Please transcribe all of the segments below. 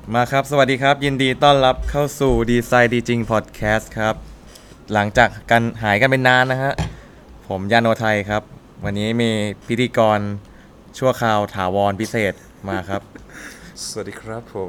มาครับสวัสดีครับยินดีต้อนรับเข้าสู่ดีไซน์ดีจริงพอดแคสต์ครับหลังจากกันหายกันไปนานนะฮะผมยานโนไทยครับวันนี้มีพิธีกรชั่วคราวถาวรพิเศษมาครับสวัสดีครับผม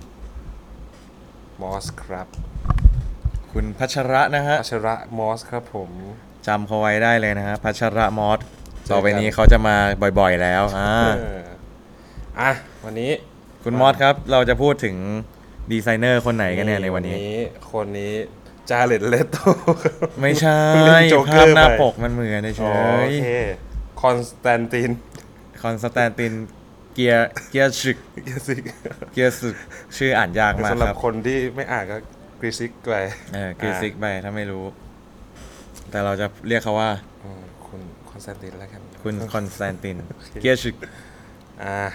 มอสครับคุณพัชระนะฮะอัชระมอสครับผมจำเขาไว้ได้เลยนะฮะพัชระมอสต่อไปนี้เจอกันเขาจะมาบ่อยๆแล้วอ่ะวันนี้คุณมอสครับเราจะพูดถึงดีไซเนอร์คนไหนกันเนี่ยในวันนี้คนนี้จาเล็ตเลโตไม่ใช่เพิ่งเล่นโจ๊กเกภาอพร์หน้าไปปกมันเหมือนเฉอ๋อย โอเคคอนสแตนตินคอนสแตนตินเกียร์ซึก เกียร์สึกชื่ออ่านยากมากสำหรัครับ บคนที่ไม่อ่านก็กรีซิกไปกรีซิกไปถ้าไม่รู้ แต่เราจะเรียกเขาว่าคุณคอนสแตนตินแล้วกันคุณคอนสแตนตินเกียร์ซึกอ่า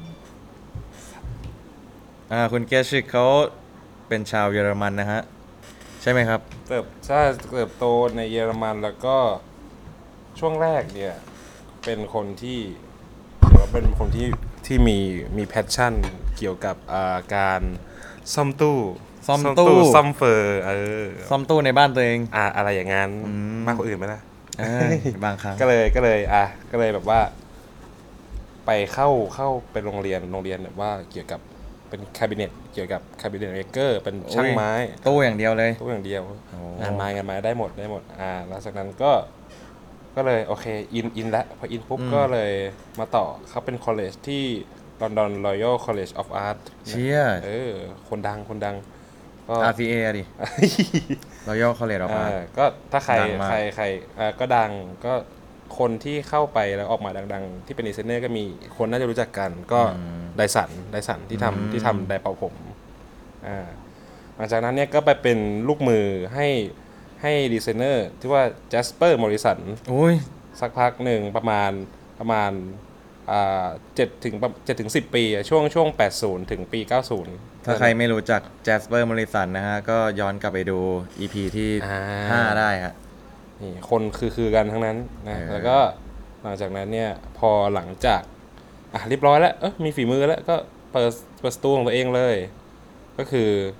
คุณเกียร์ซึกเขาเป็นชาวเยอรมันนะฮะ ใช่ไหมครับเติบโตในเยอรมันแล้วก็ช่วงแรกเนี่ยเป็นคนที่ถือว่าเป็นคนที่มีแพชชั่นเกี่ยวกับการซ่อมตู้ซ่อมตู้ซ่อมเฟอร์ซ่อมตู้ในบ้านตัวเองอะไรอย่างนั้นมากกว่าอื่นไหมล่ะบางครั้งก็เลยแบบว่าไปเข้าไปโรงเรียนแบบว่าเกี่ยวกับเป็นคาบิเนตเกี่ยวกับคาบิเนตเมเกอร์เป็นช่างไม้ตู้อย่างเดียวเลยตู้อย่างเดียวโอ้งานไม้ได้หมดแล้วจากนั้นก็เลยโอเคอินแล้วพออินปุ๊บก็เลยมาต่อเขาเป็นคอลเลจที่ London Royal College of Art เชี่ยคนดังก็ RCA อะดิ Royal College of Art ก็ถ้าใครดังมากใครก็ดังก็คนที่เข้าไปแล้วออกมาดังๆ ที่เป็นดีไซเนอร์ก็มีคนน่าจะรู้จักกันก็ไดสันที่ทำไดเป่าผมหลังจากนั้นเนี่ยก็ไปเป็นลูกมือให้ดีไซเนอร์ที่ว่า Jasper Morrison อุ้ยสักพักหนึ่งประมาณ7 ถึง 10 ปีช่วง80ถึงปี90 ถ้าใครไม่รู้จัก Jasper Morrison นะฮะ ก็ย้อนกลับไปดู EP ที่ 5 ได้ฮะนี่คนคือกันทั้งนั้นนะแล้วก็หลังจากนั้นเนี่ยพอหลังจากเรียบร้อยแล้วมีฝีมือแล้วก็เปิดสตูของตัวเองเลย ก็คือ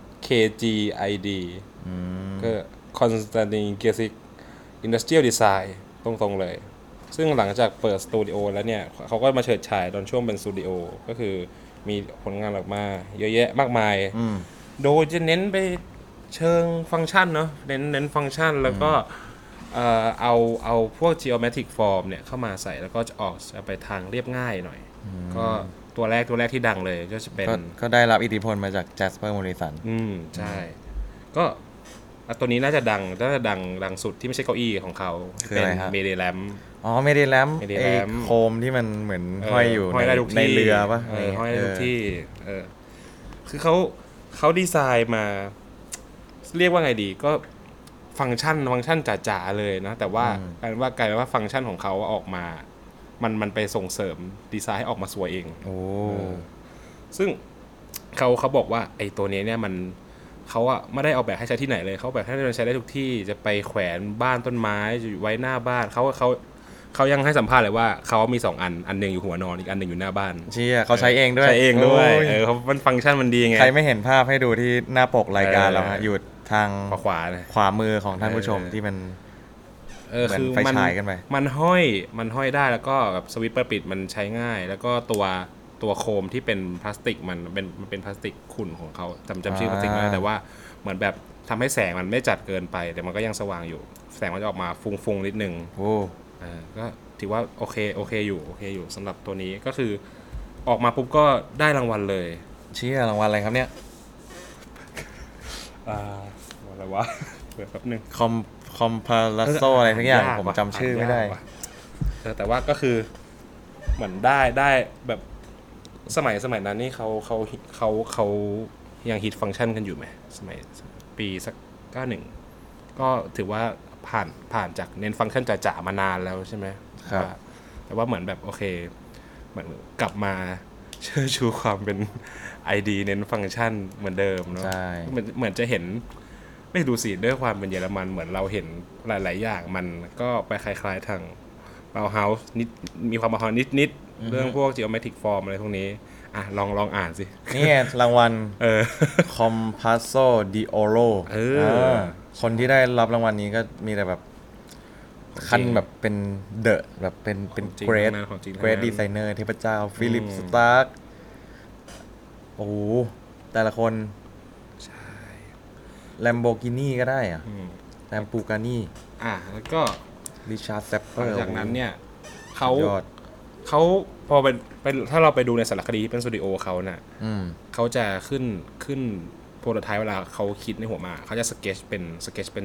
KGID ก็ Konstantin Giesic Industrial Design ตรงๆเลย ซึ่งหลังจากเปิดสตูดิโอแล้วเนี่ยเขาก็มาเฉิดฉายตอนช่วงเป็นสตูดิโอก็คือมีผลงานออกมาเยอะแยะมากมายโดยจะเน้นไปเชิงฟังก์ชันเนาะเน้นฟังก์ชันแล้วก็เอาพวก geometric form เนี่ยเข้ามาใส่แล้วก็จะออกไปทางเรียบง่ายหน่อยก็ตัวแรกที่ดังเลยก็จะเป็นก็ได้รับอิทธิพลมาจาก Jasper Morrison ใช่ก็ตัวนี้น่าจะดังสุดที่ไม่ใช่เก้าอี้ของเขาเป็นเมเดแลมเมเดแลมโคมที่มันเหมือนห้อยอยู่ในเรือป่ะห้อยได้ทุกที่คือเขาดีไซน์มาเรียกว่าไงดีก็ฟังก์ชันจ๋าๆเลยนะแต่ว่ากลายเป็นว่าฟังก์ชันของเขาออกมามันไปส่งเสริมดีไซน์ให้ออกมาสวยเองซึ่งเขาบอกว่าไอ้ตัวนี้เนี่ยมันเขาไม่ได้ออกแบบให้ใช้ที่ไหนเลยเขาแบบให้มันใช้ได้ทุกที่จะไปแขวนบ้านต้นไม้จะไว้หน้าบ้านเขายังให้สัมภาษณ์เลยว่าเขามี2อันนึงอยู่หัวนอนอีกอันนึงอยู่หน้าบ้านเชี่ยเขาใช้เองด้วยเขาฟังก์ชันมันดีไงใครไม่เห็นภาพให้ดูที่หน้าปกรายการเราฮะอยู่ทางขวามือของท่านผู้ชมที่มันคือไฟฉายกันไปมันห้อยได้แล้วก็แบบสวิตช์เปิดปิดมันใช้ง่ายแล้วก็ตัวโคมที่เป็นพลาสติกมันเป็นพลาสติกขุ่นของเขาจำชื่อพลาสติกไม่ได้แต่ว่าเหมือนแบบทำให้แสงมันไม่จัดเกินไปแต่มันก็ยังสว่างอยู่แสงมันจะออกมาฟุ้งๆนิดนึงก็ถือว่าโอเคอยู่สำหรับตัวนี้ก็คือออกมาปุ๊บก็ได้รางวัลเลยเชี่ยรางวัลอะไรครับเนี่ยอะไรวะเดี๋ยวแป๊บนึงคอมพาลาโซอะไรทั้งอย่างผมจำชื่อไม่ได้แต่ว่าก็คือเหมือนได้แบบสมัยนั้นนี่เขายังฮิตฟังก์ชันกันอยู่ไหมสมัยปีสัก91ก็ถือว่าผ่านจากเน้นฟังก์ชันจ๋าๆมานานแล้วใช่ไหมครับแต่ว่าเหมือนแบบโอเคเหมือนกลับมาเชิดชูความเป็น ID เน้นฟังก์ชันเหมือนเดิมเนาะเหมือนจะเห็นไม่ดูสิด้วยความเป็นเยอรมันเหมือนเราเห็นหลายๆอย่างมันก็ไปคล้ายๆทางBauhausนิดมีความBauhausนิดเรื่องพวก geometric form อะไรพวกนี้ลองอ่านสินี่ไงรางวัลเออ Compasso di Oro คนที่ได้รับรางวัลนี้ก็มีแต่แบบขั้นแบบเป็นเดอะแบบเป็นเกรดดีไซเนอร์เทพเจ้าฟิลิปสตาร์กโอ้โหแต่ละคนใช่ Lamborghini ก็ได้อะLamborghini แล้วก็ริชาร์ดแซปเปหอลัร์งจากนั้นเนี่ยเขายอดพอเป็นถ้าเราไปดูในสารคดีที่เป็นสตูดิโอเขาน่ะเขาจะขึ้นโปรโตไทป์เวลาเขาคิดในหัวมาเขาจะสเก็ตเป็น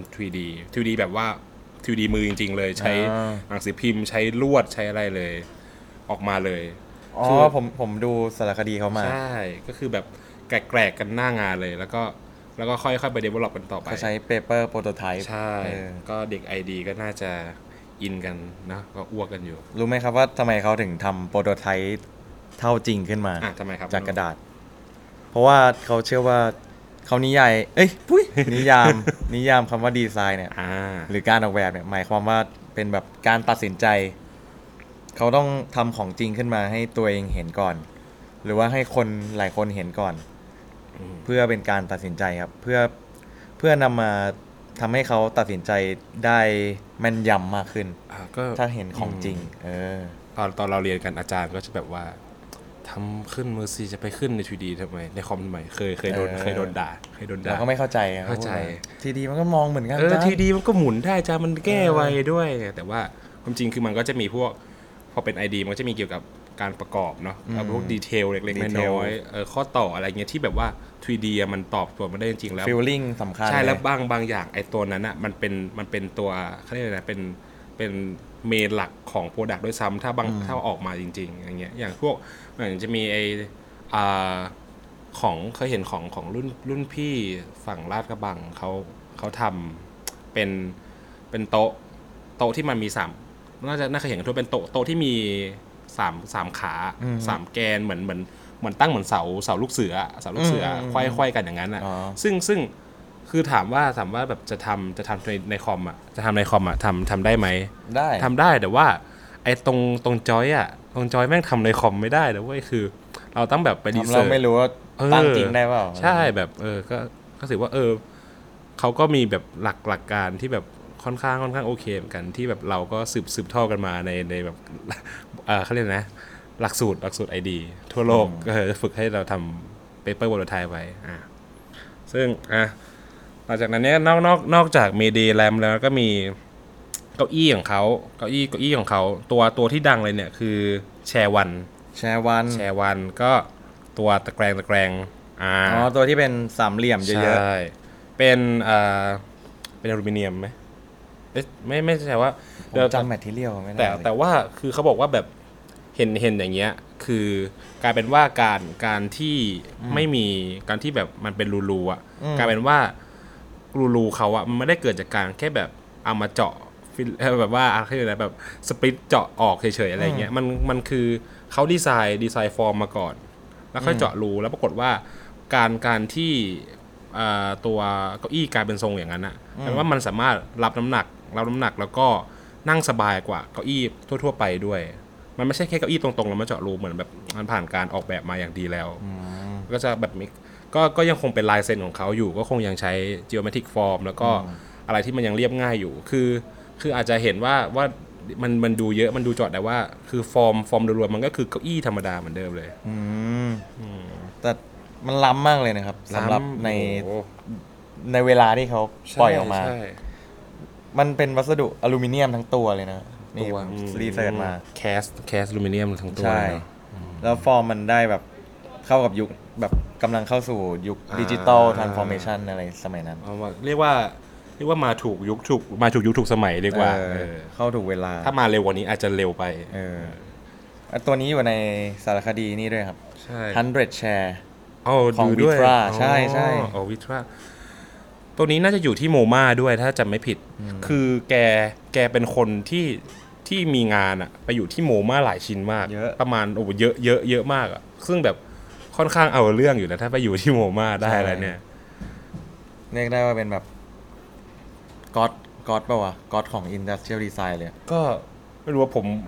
3D แบบว่า 3D มือจริงๆเลยใช้หนังสือพิมพ์ใช้ลวดใช้อะไรเลยออกมาเลยผมดูสารคดีเขามาใช่ก็คือแบบแกรกกันหน้างานเลยแล้วก็ค่อยๆไป develop กันต่อไปเขาใช้ paper prototype ใช่ก็เด็ก ID ก็น่าจะอินกันนะก็อ้วกกันอยู่รู้ไหมครับว่าทำไมเขาถึงทำโปรโตไทป์เท่าจริงขึ้นมาทำไมครับจากกระดาษเพราะว่าเขาเชื่อว่าเขานิยามคำว่าดีไซน์เนี่ยหรือการออกแบบเนี่ยหมายความว่าเป็นแบบการตัดสินใจเขาต้องทำของจริงขึ้นมาให้ตัวเองเห็นก่อนหรือว่าให้คนหลายคนเห็นก่อนเพื่อเป็นการตัดสินใจครับเพื่อนำมาทำให้เขาตัดสินใจได้แม่นยำมากขึ้นถ้าเห็นของจริงตอนเราเรียนกันอาจารย์ก็จะแบบว่าทำขึ้นมือซีจะไปขึ้นใน 3D ทำไมในคอมทำไมเคยโดนด่าเราก็ไม่เข้าใจทีดีมันก็มองเหมือนกันทีดีมันก็หมุนได้จ้ามันแก้ไวด้วยแต่ว่าความจริงคือมันก็จะมีพวกพอเป็น ID มันก็จะมีเกี่ยวกับการประกอบเนาะพวกดีเทลเล็กๆน้อยๆข้อต่ออะไรเงี้ยที่แบบว่า 3D มันตอบโจทย์มาได้จริงๆแล้ว feeling สำคัญใช่แล้วบางอย่างไอ้ตัวนั้นอ่ะมันเป็นตัวเขาเรียกอะไรนะเป็นเมนหลักของโปรดักต์ด้วยซ้ำถ้าออกมาจริงๆอย่างเงี้ยอย่างพวกมันจะมีไอ้ของเคยเห็นของรุ่นพี่ฝั่งลาดกระบังเขาทำเป็นโต๊ะที่มันมีน่าเคยเห็นทั่วเป็นโต๊ะที่มีสามขา3แกนเหมือนตั้งเหมือนเสาลูกเสือควายกันอย่างนั้นอ่ะซึ่งคือถามว่าแบบจะทำในคอมอ่ะทำได้ไหมทำได้แต่ว่าไอ้ตรงจอยอ่ะตรงจอยแม่งทำในคอมไม่ได้นะเว้ยคือเราต้องแบบไปรีเสิร์ชเราไม่รู้ว่าตั้งจริงได้เปล่าใช่แบบก็ถือว่าเขาก็มีแบบหลักการที่แบบค่อนข้างโอเคเหมือนกันที่แบบเราก็สืบทอดกันมาในแบบเขาเรียกนะหลักสูตร ID ทั่วโลกก็จะฝึกให้เราทำ paper prototype ไว้ซึ่งหลังจากนั้นเนี่ยนอกจาก Mayday Lamp แล้วก็มีเก้าอี้ของเขาตัวที่ดังเลยเนี่ยคือแชร์วันก็ตัวตะแกรงตัวที่เป็นสามเหลี่ยมเยอะๆใช่เป็นอลูมิเนียมไหมไม่ใช่ว่าจำแมททีเรียลไม่ได้แต่ว่าคือเขาบอกว่าแบบเห็นอย่างเงี้ยคือกลายเป็นว่าการที่ไม่มีการที่แบบมันเป็นรูอ่ะกลายเป็นว่ารูเขาอ่ะมันไม่ได้เกิดจากการแค่แบบเอามาเจาะแบบว่าอะไรแบบสปริตเจาะออกเฉยๆอะไรเงี้ยมันคือเขาดีไซน์ฟอร์มมาก่อนแล้วค่อยเจาะรูแล้วปรากฏว่าการที่ตัวเก้าอี้กลายเป็นทรงอย่างนั้นอ่ะแปลว่ามันสามารถรับน้ำหนักแล้วก็นั่งสบายกว่าเก้าอี้ทั่วๆไปด้วยมันไม่ใช่แค่เก้าอี้ตรงๆแล้วมาเจาะรูเหมือนแบบมันผ่านการออกแบบมาอย่างดีแล้วก็จะแบบก็ยังคงเป็นลายเซ็นของเขาอยู่ก็คงยังใช้ geometric form แล้วก็อะไรที่มันยังเรียบง่ายอยู่คืออาจจะเห็นว่ามันดูเยอะมันดูจอดแต่ว่าคือฟอร์มโดยรวมมันก็คือเก้าอี้ธรรมดาเหมือนเดิมเลยแต่มันล้ำมากเลยนะครับสำหรับในเวลาที่เขาปล่อยออกมามันเป็นวัสดุอลูมิเนียมทั้งตัวเลยนะนี่รีเสิร์ชมาแคสอลูมิเนียมทั้งตัวใช่แล้วฟอร์มมันได้แบบเข้ากับยุคแบบกำลังเข้าสู่ยุคดิจิตอลทรานส์ฟอร์เมชันอะไรสมัยนั้นเรียกว่ามาถูกยุคถูกสมัยดีกว่าเข้าถูกเวลาถ้ามาเร็วกว่านี้อาจจะเร็วไปตัวนี้อยู่ในสารคดีนี่ด้วยครับ100 Share ของวิทราใช่วิทราตัวนี้น่าจะอยู่ที่โมมาด้วยถ้าจำไม่ผิดคือแกเป็นคนที่มีงานอะไปอยู่ที่โมมาหลายชิ้นมากประมาณเยอะมากอะซึ่งแบบค่อนข้างเอาเรื่องอยู่นะถ้าไปอยู่ที่โมมาได้อะไรเนี่ยเรียกได้ว่าเป็นแบบก๊อตป่าววะก๊อตของ Industrial Design เลยก็ไม่รู้ว่าผ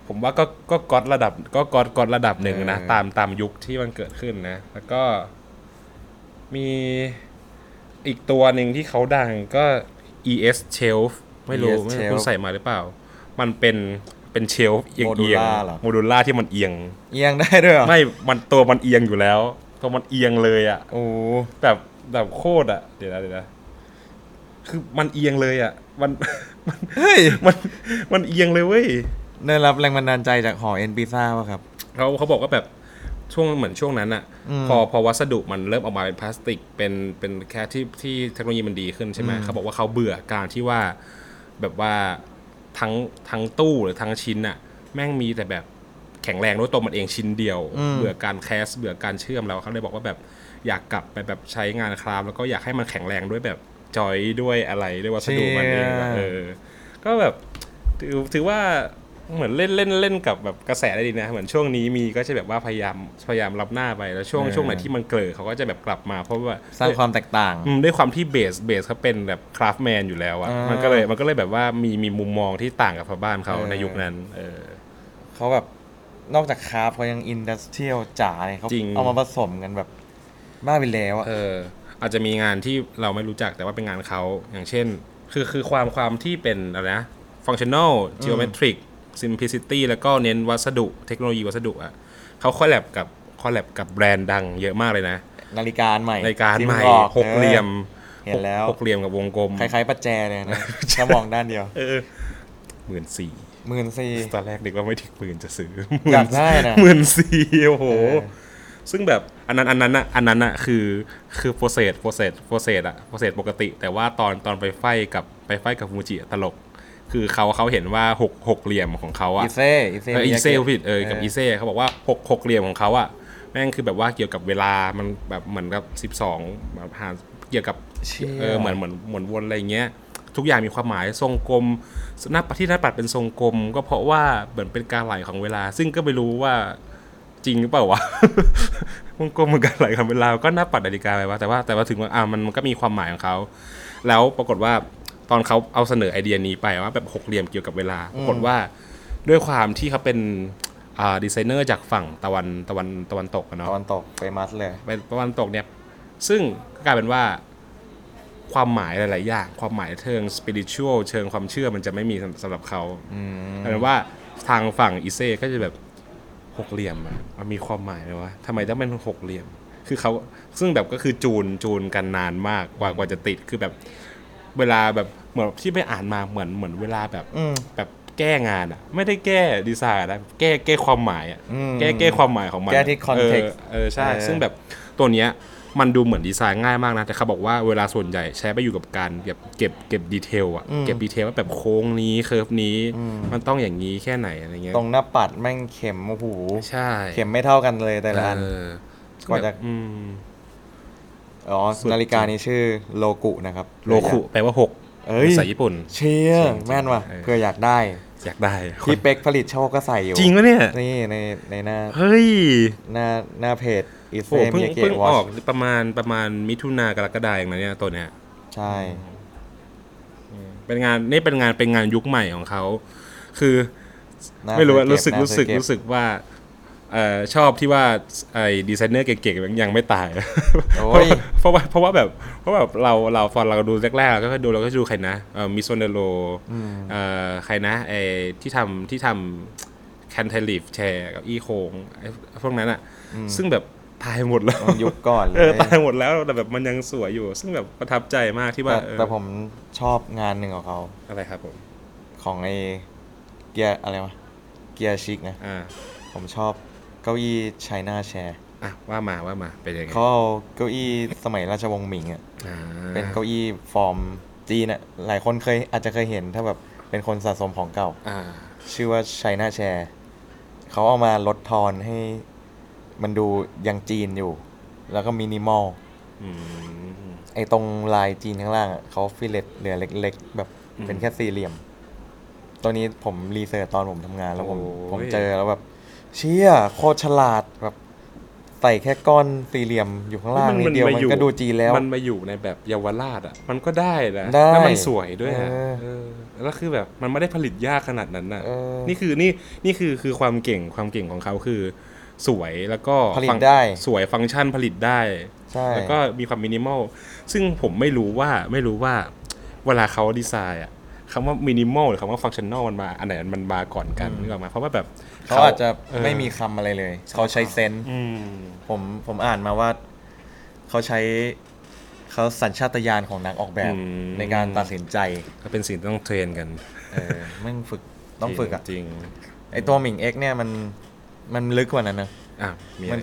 ผมว่าก็ก๊อตระดับก็ก๊อตระดับหนึ่งนะตามยุคที่มันเกิดขึ้นนะแล้วก็มีอีกตัวหนึ่งที่เขาดังก็ ES Shelf ไม่รู้คุณใส่มาหรือเปล่ามันเป็นเชลฟ์เอียงโมดูล่าที่มันเอียงได้ด้วยเหรอไม่มันตัวมันเอียงอยู่แล้วตัวมันเอียงเลยอ่ะโอ้แบบโคตรอ่ะเดี๋ยวนะคือมันเอียงเลยอ่ะเฮ้ยมันเอียงเลยเว้ยได้รับแรงบันดาลใจจากหอเอ็นพิซซ่าป่ะครับเขาบอกว่าแบบเหมือนช่วงนั้นอ่ะพอวัสดุมันเริ่มออกมาเป็นพลาสติกเป็นแค่ที่เทคโนโลยีมันดีขึ้นใช่ไหมเขาบอกว่าเขาเบื่อการที่ว่าแบบว่าทั้งตู้หรือทั้งชิ้นอะแม่งมีแต่แบบแข็งแรงด้วยตัวมันเองชิ้นเดียวเบื่อการแคสเบื่อการเชื่อมแล้วเขาเลยบอกว่าแบบอยากกลับไปแบบใช้งานคราฟแล้วก็อยากให้มันแข็งแรงด้วยแบบจอยด้วยอะไรด้วยวัสดุมันเองก็แบบถือว่าเหมือนเล่นกับแบบกระแสได้ดีนะเหมือนช่วงนี้มีก็จะแบบว่าพยายามรับหน้าไปแล้วช่วงไหนที่มันเกลือเขาก็จะแบบกลับมาเพราะว่าสร้างความแตกต่างด้วยความที่เบสเขาเป็นแบบคราฟแมนอยู่แล้วอะมันก็เลยแบบว่ามีมุมมองที่ต่างกับชาวบ้านเขาในยุคนั้นเขาแบบนอกจากคราฟเขายังอินดัสเทรียลจ๋าเลยเขาเอามาผสมกันแบบบ้าไปแล้วอะอาจจะมีงานที่เราไม่รู้จักแต่ว่าเป็นงานเขาอย่างเช่นคือความที่เป็นอะไรนะ functional geometric simplicity แล้วก็เน้นวัสดุเทคโนโลยีวัสดุอ่ะเขาคอลแลบกับแบรนด์ดังเยอะมากเลยนะนาฬิกาใหม่หกเหลี่ยมเห็นแล้วหกเหลี่ยมกับวงกลมคล้ายๆประแจเลยนะถ้ามองด้านเดียว 14,000ตอนแรกนึกว่าไม่ถึงหมื่นจะซื้ออยากได้นะ 14,000โอ้โหซึ่งแบบอันนั้นน่ะคือโปรเซสปกติแต่ว่าตอนไปไฟกับฟูจิตลกคือเขาเห็นว่าหกเหลี่ยมของเขาอ่ะอีเซ่ผิดกับอีเซ่เขาบอกว่าหกเหลี่ยมของเขาอ่ะแม่งคือแบบว่าเกี่ยวกับเวลามันแบบเหมือนกับ12แบบหาเกี่ยวกับเหมือนวนอะไรเงี้ยทุกอย่างมีความหมายทรงกลมหน้าปัดเป็นทรงกลมก็เพราะว่าเหมือนเป็นการไหลของเวลาซึ่งก็ไม่รู้ว่าจริงหรือเปล่าวะวงกลมเหมือนการไหลของเวลาก็หน้าปัดนาฬิกาไปวะแต่ว่าถึงว่ามันก็มีความหมายของเขาแล้วปรากฏว่าตอนเขาเอาเสนอไอเดียนี้ไปว่าแบบหกเหลี่ยมเกี่ยวกับเวลาปรากฏว่าด้วยความที่เขาเป็นดีไซเนอร์จากฝั่งตะวันตกเนาะตะวันตกเฟมัสเลยเป็นตะวันตกเนี่ยซึ่งกลายเป็นว่าความหมายหลายๆอย่างความหมายเชิงสปิริตชัวลเชิงความเชื่อมันจะไม่มีสำหรับเขากลายเป็นว่าทางฝั่งอีเซ่ก็จะแบบหกเหลี่ยมมันมีความหมายไหมวะทำไมต้องเป็นหกเหลี่ยมคือเขาซึ่งแบบก็คือจูนกันนานมากกว่าจะติดคือแบบเวลาแบบเหมือนที่ไปอ่านมาเหมือนเวลาแบบแก้งานอ่ะไม่ได้แก้ดีไซน์นะแก้ความหมายอ่ะแก้ความหมายของมันแก้ที่คอนเท็กซ์ใช่ซึ่งแบบตัวเนี้ยมันดูเหมือนดีไซน์ง่ายมากนะแต่เขาบอกว่าเวลาส่วนใหญ่ใช้ไปอยู่กับการเก็บดีเทลอ่ะเก็บดีเทลว่าแบบโค้งนี้เคิร์ฟนี้มันต้องอย่างนี้แค่ไหนอะไรเงี้ยตรงหน้าปัดแม่งเข็มโอ้โหใช่เข็มไม่เท่ากันเลยแต่ละอันกว่าจะนาฬิกานี้ชื่อโลกุนะครับโลกุแปลว่า6ภาษาญี่ปุ่นเชียแม่นว่ะเพื่ออยากได้พี่เป็กผลิตโชคก็ใส่อยู่จริงวะเนี่ยนี่ในหน้าเฮ้ยหน้าเพจอีเซมิยาเกะวอชประมาณมิถุนากรกฎาคมอย่างนั้นเนี่ยตัวเนี้ยใช่เป็นงานยุคใหม่ของเขาคือไม่รู้ว่ารู้สึกว่าชอบที่ว่าไอ้ดีไซเนอร์เก่งๆยังไม่ตายเพราะว่าเราฟอนเราดูแรกๆเราก็ดูใครนะมิโซเนโรใครนะไอ้ที่ทำแคนเทลิฟแชร์กับอีโคงพวกนั้นอ่ะซึ่งแบบตายหมดแล้วยุคก่อนเลยตายหมดแล้วแต่แบบมันยังสวยอยู่ซึ่งแบบประทับใจมากที่ว่าแต่ผมชอบงานหนึ่งของเขาอะไรครับผมของไอ้เกียร์อะไรวะเกียร์ชิกนะผมชอบเก้าอี้ไชน่าแชร์ว่ามาเป็นยังไงเขาเอาเก้าอี้สมัยราชวงศ์หมิงอ่ะเป็นเก้าอี้ฟอร์มจีนอ่ะหลายคนอาจจะเคยเห็นถ้าแบบเป็นคนสะสมของเก่าชื่อว่าไชน่าแชร์เขาเอามาลดทอนให้มันดูยังจีนอยู่แล้วก็มินิมอลไอ้ตรงลายจีนข้างล่างอ่ะเขาฟิลเลตเหลือเล็กๆแบบเป็นแค่สี่เหลี่ยมตัวนี้ผมรีเสิร์ชตอนผมทำงานแล้วผมเจอแล้วแบบเชี่ยโคตรฉลาดแบบใส่แค่ก้อนสี่เหลี่ยมอยู่ข้างล่างนิดเดียวมันก็ดูจีนแล้วมันมาอยู่ในแบบเยาวราชอ่ะมันก็ได้นะได้แล้วมันสวยด้วยนะเออแล้วคือแบบมันไม่ได้ผลิตยากขนาดนั้นน่ะเออนี่คือความเก่งของเขาคือสวยแล้วก็ผลิตได้สวยฟังก์ชันผลิตได้ใช่แล้วก็มีความมินิมอลซึ่งผมไม่รู้ว่าเวลาเขาดีไซน์อ่ะคำว่ามินิมอลหรือคำว่าฟังชั่นแนลมันมาอันไหนมันมาก่อนกันนึกออกไหมเพราะว่าแบบเขาอาจจะไม่มีคำอะไรเลยเขาใช้เซนส์อืมผมอ่านมาว่าเขาสัญชาตญาณของนักออกแบบในการตัดสินใจก็เป็นสิ่งที่ต้องเทรนกันไม่ต้องฝึกอ่ะจริงไอตัวหมิง X เนี่ยมันลึกกว่านั้นนะ มัน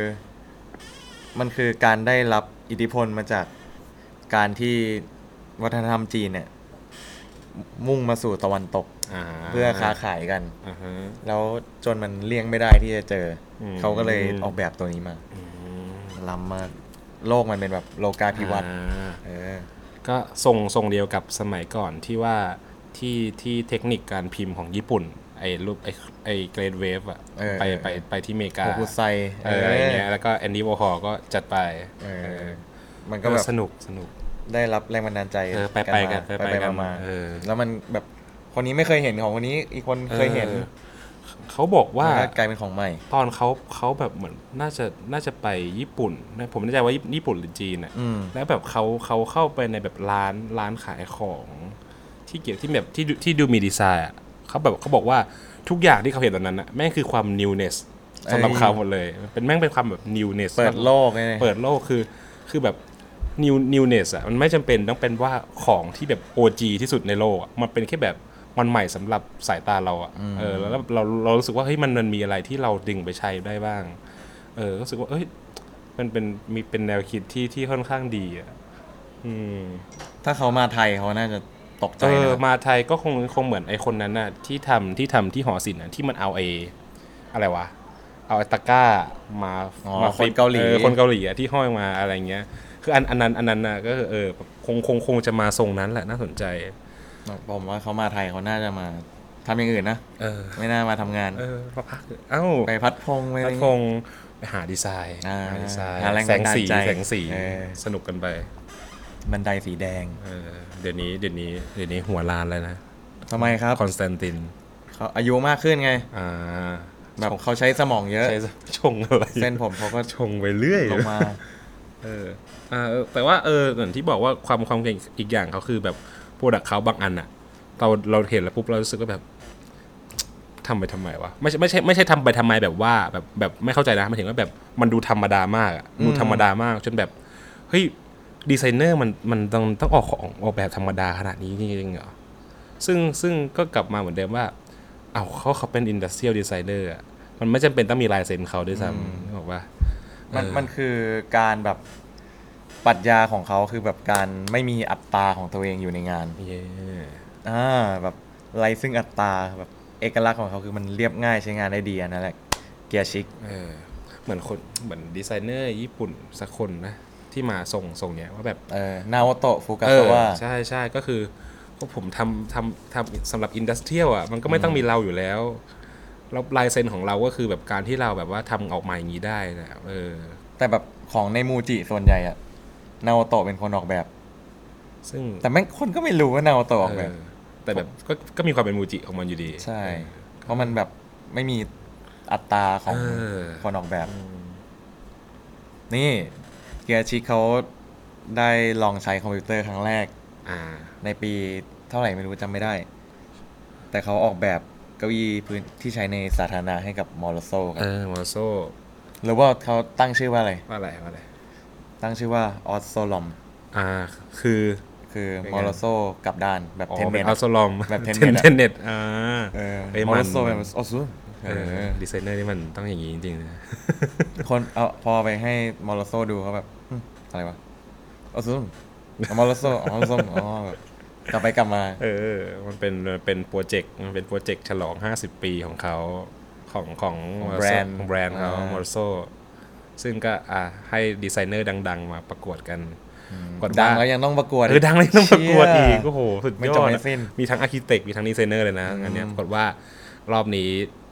คือการได้รับอิทธิพลมาจากการที่วัฒนธรรมจีนเนี่ยมุ่งมาสู่ตะวันตกเพื่อค้าขายกันแล้วจนมันเลี่ยงไม่ได้ที่จะเจอเขาก็เลยออกแบบตัวนี้มาล้ำมากโลกมันเป็นแบบโลกาภิวัตน์ก็ทรงเดียวกับสมัยก่อนที่ว่าที่เทคนิคการพิมพ์ของญี่ปุ่นไอ้รูปไอ้เกรดเวฟอะไปที่อเมริกาโฮคุไซอะไรเงี้ยแล้วก็แอนดี้วอร์ฮอลก็จัดไปมันก็แบบสนุกได้รับแรงบันดาลใจไปกันมาแล้วมันแบบคนนี้ไม่เคยเห็นของคนนี้อีกคนเคยเห็นเขาบอกว่ากลายเป็นของใหม่ตอนเขาแบบเหมือนน่าจะไปญี่ปุ่นนะผมไม่แน่ใจว่าญี่ปุ่นหรือจีนอ่ะแล้วแบบเขาเข้าไปในแบบร้านขายของที่เกี่ยวที่แบบที่ดูมีดีไซน์อ่ะเขาบอกว่าทุกอย่างที่เขาเห็นตอนนั้นอ่ะแม่งคือความ newness สำหรับเขาหมดเลยเป็นความแบบ newness เปิดโลกคือแบบ newness อ่ะมันไม่จำเป็นต้องเป็นว่าของที่แบบ OG ที่สุดในโลกมันเป็นแค่แบบมันใหม่สำหรับสายตาเราอ่ะแล้วเรารู้สึกว่าเฮ้ยมันมีอะไรที่เราดึงไปใช้ได้บ้างรู้สึกว่าเอ้ยมันเป็นแนวคิดที่ค่อนข้างดีอ่ะถ้าเขามาไทยเขาน่าจะตกใจนะมาไทยก็คงเหมือนไอ้คนนั้นน่ะที่ทำที่หอศิลป์น่ะที่มันเอาอะไรวะเอาตะกร้ามาคนเกาหลีอ่ะที่ห้อยมาอะไรเงี้ยคืออันนั้นน่ะก็คงจะมาทรงนั้นแหละน่าสนใจผมว่าเขามาไทยเขาน่าจะมาทำอย่างอื่นนะไม่น่ามาทำงานพักไปพัดพงไปหาดีไซน์แสงสีสนุกกันไปบันไดสีแดงเดี๋ยวนี้หัวล้านแล้วนะทำไมครับคอนสแตนตินเขาอายุมากขึ้นไงแบบเขาใช้สมองเยอะชงอะไรเส้นผมเขาก็ชงไปเรื่อยลงมาแต่ว่าเหมือนที่บอกว่าความเก่งอีกอย่างเขาคือแบบโปรดักต์เขาบางอันอะเราเห็นแล้วปุ๊บเรารู้สึกว่าแบบทำไปทำไมวะไม่ใช่ทำไปทำไมแบบว่าแบบไม่เข้าใจนะหมายถึงว่าแบบมันดูธรรมดามากอะดูธรรมดามากจนแบบเฮ้ยดีไซเนอร์มันต้องออกแบบธรรมดาขนาดนี้จริงๆเหรอซึ่งก็กลับมาเหมือนเดิมว่าเขาเป็นอินดัสเทรียลดีไซเนอร์อะมันไม่จำเป็นต้องมีลายเซ็นเขาด้วยซ้ำบอกว่ามันคือการแบบปรัชญาของเขาคือแบบการไม่มีอัตราของตัวเองอยู่ในงานแบบไรซึ่งอัตราแบบเอกลักษณ์ของเขาคือมันเรียบง่ายใช้งานได้ดีนั่นแหละเกียร์ชิคเหมือนดีไซเนอร์ญี่ปุ่นสักคนนะที่มาส่งเนี้ยว่าแบบนาโอโตะฟุกาซาวะใช่ก็คือพวกผมทำสำหรับอินดัสเทรียลอ่ะมันก็ไม่ต้องมีเราอยู่แล้วลายเซ็นของเราก็คือแบบการที่เราแบบว่าทำออกมาอย่างนี้ได้นะแต่แบบของในมูจิส่วนใหญ่อะนาโอโตะเป็นคนออกแบบซึ่งแต่แม่งคนก็ไม่รู้ว่านาโอโตะออกแบบแต่แบบก็มีความเป็นมูจิของมันอยู่ดีใช่เพราะมันแบบไม่มีอัตราของคนออกแบบนี่เกียร์ชิเขาได้ลองใช้คอมพิวเตอร์ครั้งแรกในปีเท่าไหร่ไม่รู้จำไม่ได้แต่เขาออกแบบเก้าอี้พื้นที่ใช้ในสาธารณะให้กับมอร์โซครับมอร์โซหรือว่าเขาตั้งชื่อว่าอะไรตั้งชื่อว่าออสโซลอมคือมอร์โซกลับด้านแบบเทนเน็ตออสโซลอมแบบเทนเน็ตมอร์โซแบบออสโซดีไซเนอร์นี่มันต้องอย่างนี้จริงๆนะคนพอไปให้มอร์โซดูเขาแบบอะไรวะออสโซมอร์โซแบบกลับไปกลับมามันเป็นโปรเจกต์ฉลอง50 ปีของเขาของแบรนด์เขามอร์โซซึ่งก็ให้ดีไซเนอร์ดังๆมาประกวดกันดังแล้วยังต้องประกวดดังแล้วต้องประกวดอีกโอ้โหสุดยอดไม่สิ้นมีทั้งอาร์คิเทคมีทั้งดีไซเนอร์เลยนะงานนี้ปรากฏว่ารอบนี้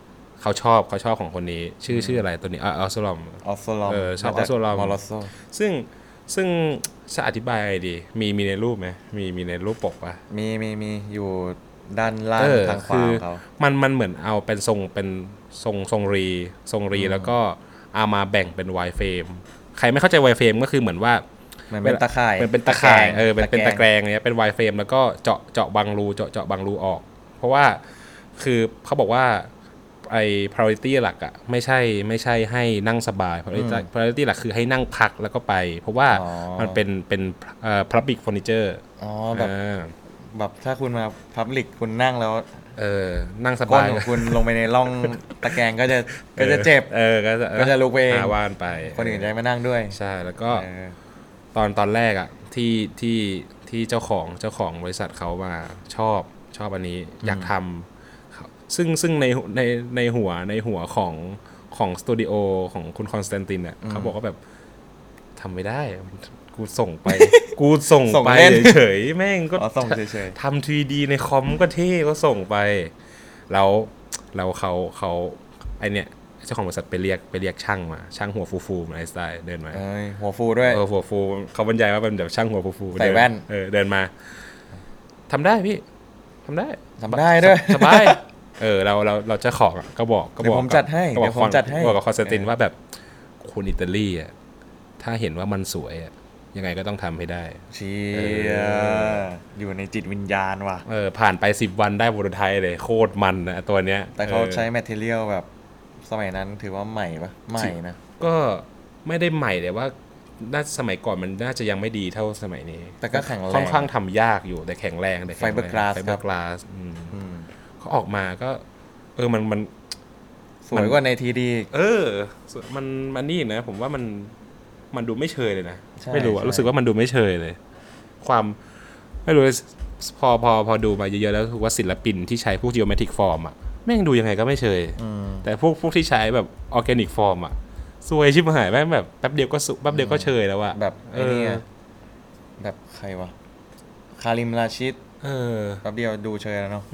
เขาชอบของคนนี้ชื่ออะไรตัวนี้อัลซอลอมออสโซลอมชอบอัลซอลอมมอลโซซึ่งจะอธิบายไงดีมีในรูปไหมมีในรูปปกป่ะมีอยู่ด้านล่างทางขวาของเขามันเหมือนเอาเป็นทรงรีแล้วก็เอามาแบ่งเป็นไวเฟรมใครไม่เข้าใจไวเฟรมก็คือเหมือนว่าเหมือนเป็นตะข่ายเป็นตะข่ายเป็นตะแกรงเนี้ยเป็นไวเฟรมแล้วก็เจาะบางรูเจาะบางรูออกเพราะว่าคือเขาบอกว่าไอ้ priority หลักอ่ะไม่ใช่ให้นั่งสบาย priority หลักคือให้นั่งพักแล้วก็ไป เพราะว่ามันเป็นpublic furniture อ๋อแบบถ้าคุณมาพับลิกคุณนั่งแล้วนั่งสก้บาน ยของคุณลงไปในร่องตะแกรงก็จะเจ็บก็จะลุกไปเองว่านไปคนอื่นจะไม่นั่งด้วยใช่แล้วก็ตอนแรกอ่ะที่เจ้าของบริษัทเขามาชอบอันนี้อยากทำซึ่งในหัวของสตูดิโอของคุณคอนสแตนตินเนี่ยเขาบอกว่าแบบทำไม่ได้กูส่งไป เฉยแม่งก็ทำ 3D ในคอมก็เท่ก็ส่งไปแล้วเขาไอเนี่ยเจ้าของบริษัทไปเรียกช่างมาช่างหัวฟูๆมาไอสไตล์เดินมาหัวฟูด้วยหัวฟูเขาบรรยายว่าเป็นแบบช่างหัวฟูใส่แว่นเดินมาทำได้พี่ทำได้ด้วยสบายเราเจ้าของก็บอกผมจัดให้บอกกับคอนสแตนตินว่าแบบคนอิตาลีอ่ะถ้าเห็นว่ามันสวยอ่ะยังไงก็ต้องทำให้ได้เชียอยู่ในจิตวิญญาณว่ะผ่านไป10 วันได้โปรโตไทป์เลยโคตรมันนะตัวเนี้ยแต่เขาใช้แมทเทอเรียลแบบสมัยนั้นถือว่าใหม่ปะใหม่นะก็ไม่ได้ใหม่แต่ว่าน่าสมัยก่อนมันน่าจะยังไม่ดีเท่าสมัยนี้แต่ก็แข็งแรงค่อนข้างทำยากอยู่แต่แข็งแรงไฟเบอร์กลาสเขาออกมาก็มันสวยกว่าในทีดีมันนี่นะผมว่ามันดูไม่เชยเลยนะไม่รู้รู้สึกว่ามันดูไม่เชยเลยความไม่รู้พอดูมาเยอะๆแล้วรู้สึกว่าศิลปินที่ใช้พวก geometric form อ่ะแม่งดูยังไงก็ไม่เชยแต่พวกที่ใช้แบบ organic form อ่ะสวยชิบหายแม่งแบบแป๊บเดียวก็เชยแล้วอ่ะแบบไอ้นี่แบบใครวะคาริมราชิดแป๊บเดียวดูเชยแล้วเนาะ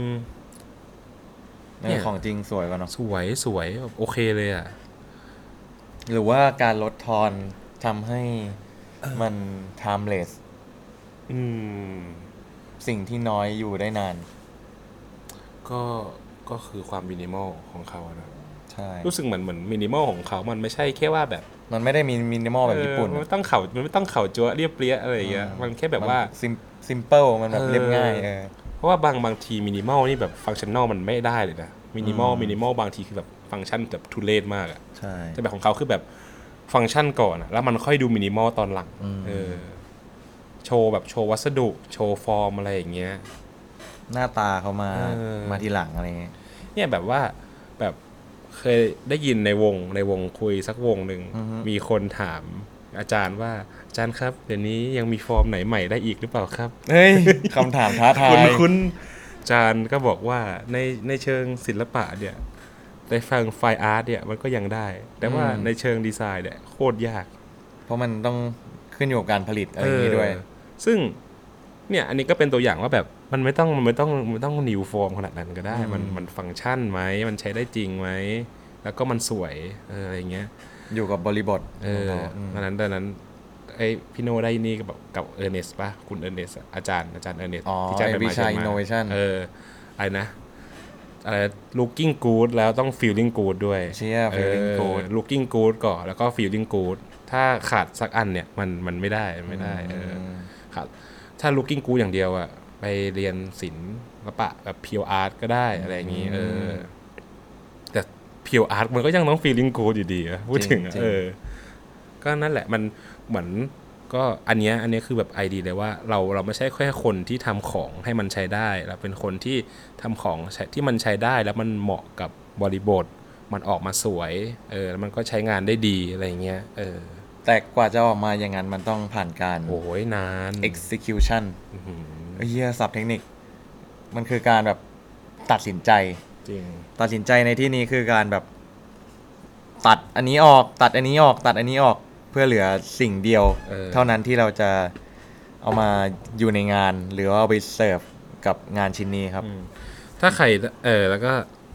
เนี่ยของจริงสวยกว่าเนาะสวยโอเคเลยอ่ะหรือว่าการลดทอนทำให้มัน timeless สิ่งที่น้อยอยู่ได้นานก็คือความมินิมอลของเขานะใช่รู้สึกเหมือนมินิมอลของเขามันไม่ใช่แค่ว่าแบบมันไม่ได้มีมินิมอลแบบญี่ปุ่นมันไม่ต้องเข่าจั๊วเรียบเรียอะไรอย่างเงี้ยมันแค่แบบว่าซิมเปิลมันแบบเรียบง่ายเพราะว่าบางทีมินิมอลนี่แบบฟังก์ชันนอลมันไม่ได้เลยนะมินิมอลบางทีคือแบบฟังก์ชันแบบทุเรศมากอ่ะใช่แต่แบบของเขาคือแบบฟังก์ชันก่อนแล้วมันค่อยดูมินิมอลตอนหลังโชว์วัสดุโชว์ฟอร์มอะไรอย่างเงี้ยหน้าตาเขามาทีหลังอะไรเงี้ยเนี่ยแบบว่าแบบเคยได้ยินในวงคุยสักวงหนึ่งมีคนถามอาจารย์ว่าอาจารย์ครับเดี๋ยวนี้ยังมีฟอร์มไหนใหม่ได้อีกหรือเปล่าครับเฮ้ยคำถามท้าทายคุณอาจารย์ก็บอกว่าในเชิงศิลปะเนี่ยในฝั่งไฟอาร์ตเนี่ยมันก็ยังได้แต่ว่าในเชิงดีไซน์เนี่ยโคตรยากเพราะมันต้องขึ้นอยู่กับการผลิตอะไรอย่างนี้ด้วยซึ่งเนี่ยอันนี้ก็เป็นตัวอย่างว่าแบบมันไม่ต้องนิวฟอร์มขนาดนั้นก็ได้มันฟังก์ชันไหมมันใช้ได้จริงไหมแล้วก็มันสวยอะไรอย่างเงี้ยอยู่กับบริบทดังนั้นไอ้พี่โนได้นี่กับเออร์เนสป่ะคุณเออร์เนสอาจารย์เออร์เนสที่จะเป็นวิชา innovation อะไรนะอะไร looking good แล้วต้อง feeling good ด้วยเชี่ย feeling good looking good ก่อนแล้วก็ feeling good ถ้าขาดสักอันเนี่ยมันไม่ได้ครับถ้า looking good อย่างเดียวอะไปเรียนศิลปะแบบ pure art ก็ได้อะไรอย่างงี้แต่ pure art มันก็ยังต้อง feeling good อยู่ดีพูดถึงก็นั่นแหละมันเหมือนก็อันเนี้ยคือแบบไอเดียเลยว่าเราไม่ใช่แค่คนที่ทำของให้มันใช้ได้เราเป็นคนที่ทำของที่มันใช้ได้แล้วมันเหมาะกับบริบทมันออกมาสวยแล้วมันก็ใช้งานได้ดีอะไรเงี้ยแต่กว่าจะออกมาอย่างนั้นมันต้องผ่านการโอ้ยนาน execution เฮียศัพท์เทคนิคมันคือการแบบตัดสินใจจริงตัดสินใจในที่นี้คือการแบบตัดอันนี้ออกตัดอันนี้ออกตัดอันนี้ออกเพื่อเหลือสิ่งเดียวเท่านั้นที่เราจะเอามาอยู่ในงานหรือว่าเอาไปเสิร์ฟกับงานชิ้นนี้ครับถ้าใครแล้วก็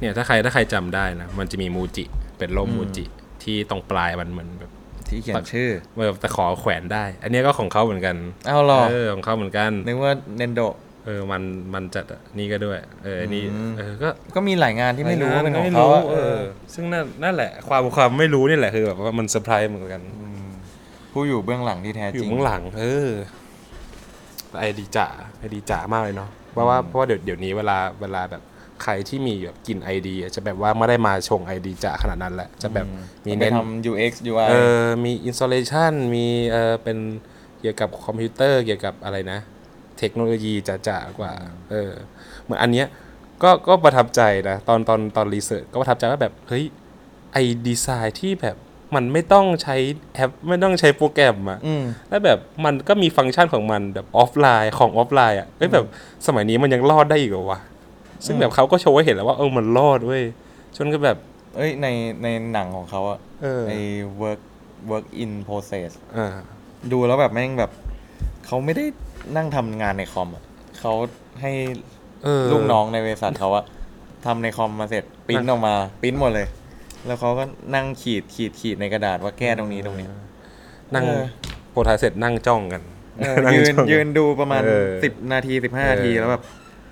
เนี่ยถ้าใครจำได้นะมันจะมีมูจิเป็นร่มมูจิที่ตรงปลายมันเหมือนแบบที่เขียนชื่อแต่ขอแขวนได้อันนี้ก็ของเขาเหมือนกันอ้าวหรอของเขาเหมือนกันนึกว่าเนนโดมันจัดนี่ก็ด้วยนี่ก็มีหลายงานที่ไม่รู้ว่าเป็นของเขาซึ่งนั่นแหละความไม่รู้นี่แหละคือแบบว่ามันเซอร์ไพรส์เหมือนกันผู้อยู่เบื้องหลังที่แท้จริงอยู่เบื้องหลังไอดีจ่ามากเลยเนาะเพราะว่าเดี๋ยวนี้เวลาแบบใครที่มีแบบกินไอดีจะแบบว่าไม่ได้มาชงไอดีจ่าขนาดนั้นแหละจะแบบมีเน้นทำ UX UI มี installation มีเป็นเกี่ยวกับคอมพิวเตอร์เกี่ยวกับอะไรนะเทคโนโลยีจ๋าๆกว่าเหมือนอันเนี้ยก็ประทับใจนะตอนรีเสิร์ชก็ประทับใจว่าแบบเฮ้ยไอดีไซน์ที่แบบมันไม่ต้องใช้แอปไม่ต้องใช้โปรแกรมอ่ะแล้วแบบมันก็มีฟังก์ชันของมันแบบออฟไลน์อ่ะแบบสมัยนี้มันยังรอดได้อีกเหรอวะซึ่งแบบเขาก็โชว์ให้เห็นแล้วว่ามันรอดเว้ยจนก็แบบในหนังของเขาอะไอ work in process ดูแล้วแบบแม่งแบบเขาไม่ได้นั่งทำงานในคอมอ่ะเขาให้ลูกน้องในบริษัทเขาอะทำในคอมมาเสร็จปริ้นออกมาปริ้นหมดเลยแล้วเขาก็นั่งขีดในกระดาษว่าแก้ตรงนี้นั่งโปรไทเสร็จนั่งจ้องกันยืนดูประมาณ10 นาที15 นาทีแล้วแบบ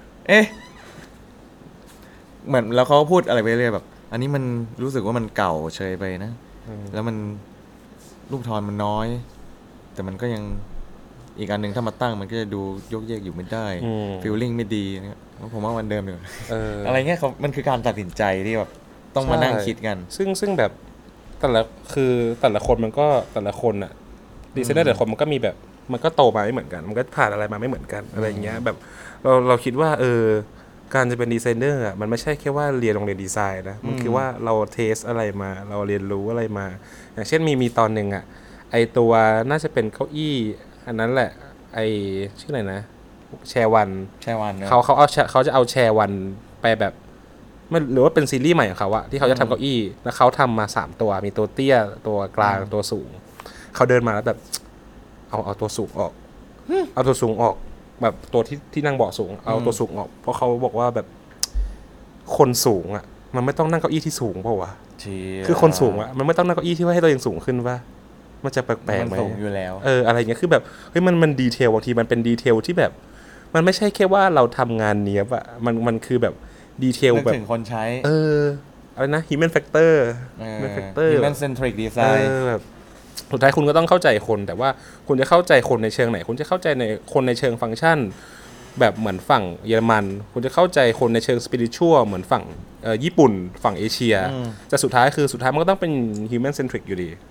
เหมือนแล้วเขาพูดอะไรไปเรื่อยแบบอันนี้มันรู้สึกว่ามันเก่าเชยไปนะแล้วมันลูกทอนมันน้อยแต่มันก็ยังอีกอันนึงถ้ามาตั้งมันก็จะดูยกเยกอยู่ไม่ได้ฟีลลิ่งไม่ดีนะผมว่าวันเดิมอยู่อะไรเงี้ยมันคือการตัดสินใจที่แบบต้องมานั่งคิดกันซึ่งแบบแต่ละคนมันก็แต่ละคนอะดีไซเนอร์แต่ละคนมันก็มีแบบมันก็โตมาไม่เหมือนกันมันก็ผ่านอะไรมาไม่เหมือนกันอะไรเงี้ยแบบเราคิดว่าการจะเป็นดีไซเนอร์อ่ะมันไม่ใช่แค่ว่าเรียนโรงเรียนดีไซน์นะมันคือว่าเราเทสอะไรมาเราเรียนรู้อะไรมาอย่างเช่นมีตอนนึงอ่ะไอตัวน่าจะเป็นเก้าอี้อันนั้นแหละไอชื่ออะไรนะแชร์วันเขาจะเอาแชร์วันไปแบบหรือว่าเป็นซีรีส์ใหม่ของเขาอะที่เขาจะทำเก้าอี้แล้วเขาทำมา3ตัวมีตัวเตี้ยตัวกลางตัวสูงเขาเดินมาแล้วแบบเอาตัวสูงออกเอาตัวสูงออกแบบตัวที่นั่งเบาะสูงเอาตัวสูงออกเพราะเขาบอกว่าแบบคนสูงอ่ะมันไม่ต้องนั่งเก้าอี้ที่สูงเปล่าวะคือคนสูงอ่ะมันไม่ต้องนั่งเก้าอี้ที่ว่าให้ตัวเองสูงขึ้นป่ะมันจะแปลกๆไหมมันสูงอยู่แล้วอะไรเงี้ยคือแบบเฮ้ยมันดีเทลบางทีมันเป็นดีเทลที่แบบมันไม่ใช่แค่ว่าเราทำงานเนี้ยอ่ะมันคือแบบดีเทลแบบถึงคนใช้อะไรนะ human factor human centric design แบบสุดท้ายคุณก็ต้องเข้าใจคนแต่ว่าคุณจะเข้าใจคนในเชิงไหนคุณจะเข้าใจในคนในเชิงฟังก์ชันแบบเหมือนฝั่งเยอรมันคุณจะเข้าใจคนในเชิงสปิริตชัวเหมือนฝั่งญี่ปุ่นฝั่งเอเชียแต่สุดท้ายมันก็ต้องเป็น human centric อยู่ดี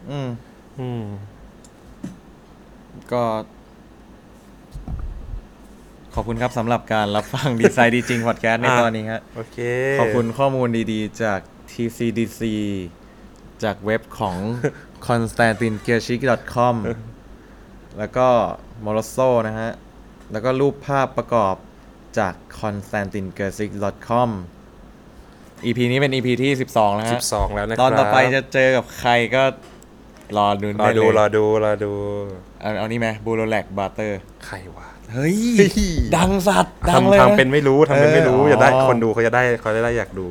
ก็ขอบคุณครับสำหรับการรับฟังดีไซน์ดีจริงพอดแคสต์ในตอนนี้ครับโอเคขอบคุณข้อมูลดีๆจาก TCDC จากเว็บของ constantingerchik.com แล้วก็ Moroso นะฮะแล้วก็รูปภาพประกอบจาก constantingerchik.com EP นี้เป็น EP ที่12แล้วฮะ 12แล้วนะครับตอนต่อไปจะเจอกับใครก็รอดูเอานี่ไหมบูโรแลกบาร์เตอร์ใครวะเฮ้ยดังสัตว์ดังเลยทำเป็นไม่รู้อย่าได้คนดูเขาจะได้อยากดู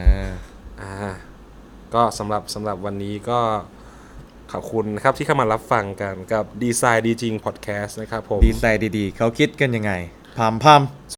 ก็สำหรับวันนี้ก็ขอบคุณนะครับที่เข้ามารับฟังกันกับดีไซน์ดีจริงพอดแคสต์นะครับผมดีไซน์ดีๆเขาคิดกันยังไงพาม